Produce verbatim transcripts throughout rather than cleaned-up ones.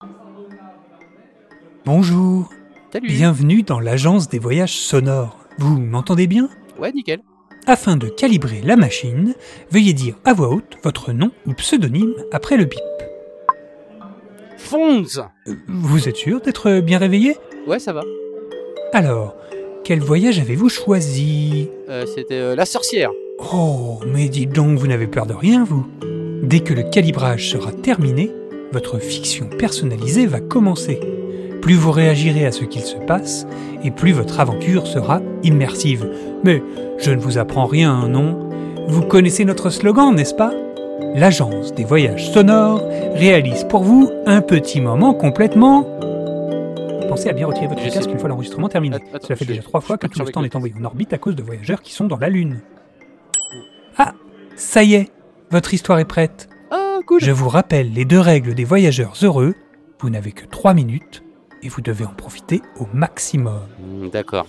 Bonjour. Salut. Bienvenue dans l'agence des voyages sonores. Vous m'entendez bien ? Ouais, nickel. Afin de calibrer la machine, veuillez dire à voix haute votre nom ou pseudonyme après le bip. Fonz. Euh, Vous êtes sûr d'être bien réveillé ? Ouais, ça va. Alors, quel voyage avez-vous choisi ? Euh, c'était euh, la sorcière. Oh, mais dites donc, vous n'avez peur de rien, vous ? Dès que le calibrage sera terminé, votre fiction personnalisée va commencer. Plus vous réagirez à ce qu'il se passe, et plus votre aventure sera immersive. Mais je ne vous apprends rien, non ? Vous connaissez notre slogan, n'est-ce pas ? L'agence des voyages sonores réalise pour vous un petit moment complètement... Pensez à bien retirer votre Je casque sais. une fois l'enregistrement terminé. Att- attends, Cela fait je- déjà trois je fois que suis tout le pas stand sûr est envoyé en orbite à cause de voyageurs qui sont dans la Lune. Ah, ça y est, votre histoire est prête. Ah, cool. Je vous rappelle les deux règles des voyageurs heureux. Vous n'avez que trois minutes et vous devez en profiter au maximum. Hmm, d'accord.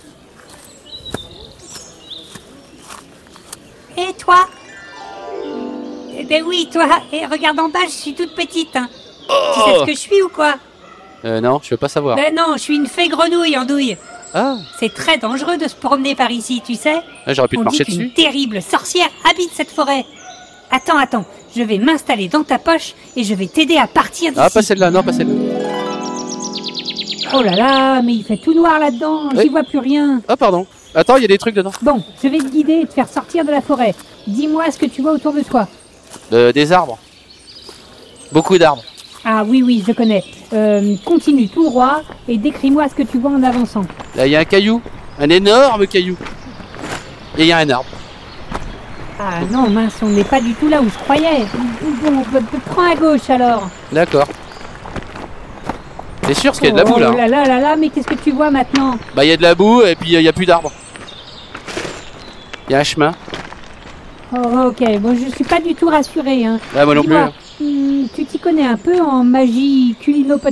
Et toi ? Eh ben oui, toi. Et regarde en bas, je suis toute petite. Hein. Tu sais ce que je suis ou quoi ? Euh, non, je veux pas savoir. Ben non, je suis une fée grenouille en douille. Ah, C'est très dangereux de se promener par ici, tu sais. ah, j'aurais pu te On marcher dit qu'une dessus. terrible sorcière habite cette forêt. Attends, attends, je vais m'installer dans ta poche et je vais t'aider à partir d'ici. Ah, pas celle-là, non, pas celle-là. Oh là là, mais il fait tout noir là-dedans, Oui. j'y vois plus rien. Ah, pardon. Attends, il y a des trucs dedans. Bon, je vais te guider et te faire sortir de la forêt. Dis-moi ce que tu vois autour de toi. Euh, des arbres. Beaucoup d'arbres. Ah oui, oui, je connais. Euh, continue tout droit et décris-moi ce que tu vois en avançant. Là, il y a un caillou. Un énorme caillou. Et il y a un arbre. Ah non, mince, on n'est pas du tout là où je croyais. Bon, p- p- prends à gauche alors. D'accord. C'est sûr, parce qu'il y a de la boue, là. Oh là là là là, mais qu'est-ce que tu vois maintenant ? Bah, il y a de la boue et puis euh, il y a plus d'arbres. Il y a un chemin. Oh ok, bon, je suis pas du tout rassurée. Hein. Ah, moi non plus. Dis-moi, hum, tu t'y connais un peu en magie culino-podcastique ?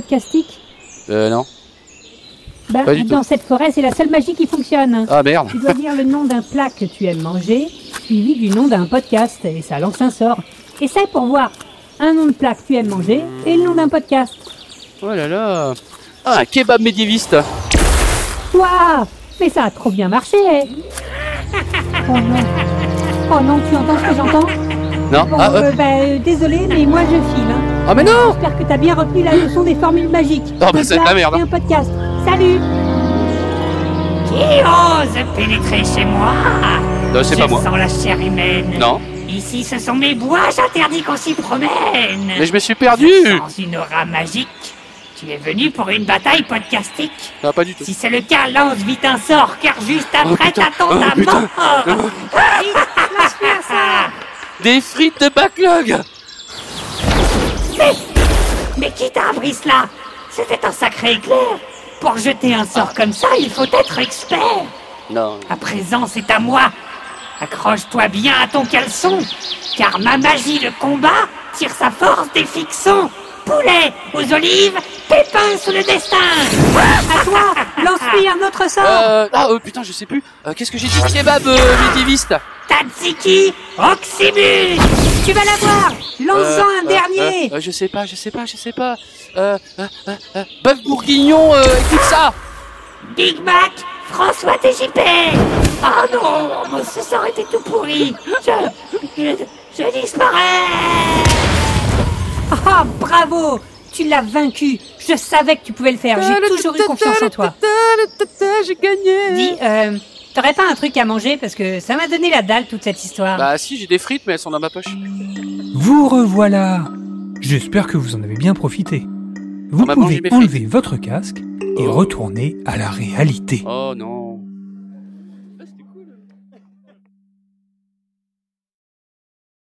Euh, non. Ben, Pas du dans tout. cette forêt, c'est la seule magie qui fonctionne. Ah, merde. Tu dois dire le nom d'un plat que tu aimes manger, suivi du nom d'un podcast, et ça lance un sort. Essaye pour voir un nom de plat que tu aimes manger et le nom d'un podcast. Oh là là. Ah, un kebab médiéviste. Waouh! Mais ça a trop bien marché, hein. Oh non. Oh non, tu entends ce que j'entends? Non. Bon, Ah, euh. euh, bah, euh, désolé, mais moi je file. Hein. Ah, mais non. J'espère que t'as bien retenu la leçon des formules magiques. Oh, bah, Un c'est de plat la merde, et hein. un podcast. Salut! Qui ose pénétrer chez moi? Non, c'est Je pas moi. sens la chair humaine. Non. Ici, ce sont mes bois, j'interdis qu'on s'y promène. Mais je me suis perdu. Sans une aura magique. Tu es venu pour une bataille podcastique. Non, pas du tout. Si c'est le cas, lance vite un sort, car juste Oh, après, putain. t'attends Oh, ta putain. mort. Vite, lance-lui un sort! Des frites de backlog. Mais, mais qui t'a appris cela? C'était un sacré éclair. Pour jeter un sort comme ça, il faut être expert. Non. À présent, c'est à moi. Accroche-toi bien à ton caleçon, car ma magie de combat tire sa force des fictions. Poulet aux olives, pépins sous le destin. À toi! Lance-lui un autre sort! Euh, ah, euh, putain, je sais plus. Euh, Qu'est-ce que j'ai dit? Kebab euh, médiéviste. Tatsiki, Oxybus. Tu vas l'avoir! Lance-en Euh, un euh, dernier! euh, euh, je sais pas, je sais pas, je sais pas. Euh, euh, euh, euh, Bœuf bourguignon, euh, écoute ça. Big Mac, François T J P. Oh non, mon ce sort était tout pourri. Je, je, je disparais. Ah, bravo! Tu l'as vaincu! Je savais que tu pouvais le faire, j'ai toujours eu confiance en toi. J'ai gagné. Dis, euh, t'aurais pas un truc à manger parce que ça m'a donné la dalle toute cette histoire. Bah si, j'ai des frites, mais elles sont dans ma poche. Vous revoilà. J'espère que vous en avez bien profité. Vous On m'a mangé pouvez mes frites. enlever votre casque et Oh. retourner à la réalité. Oh non.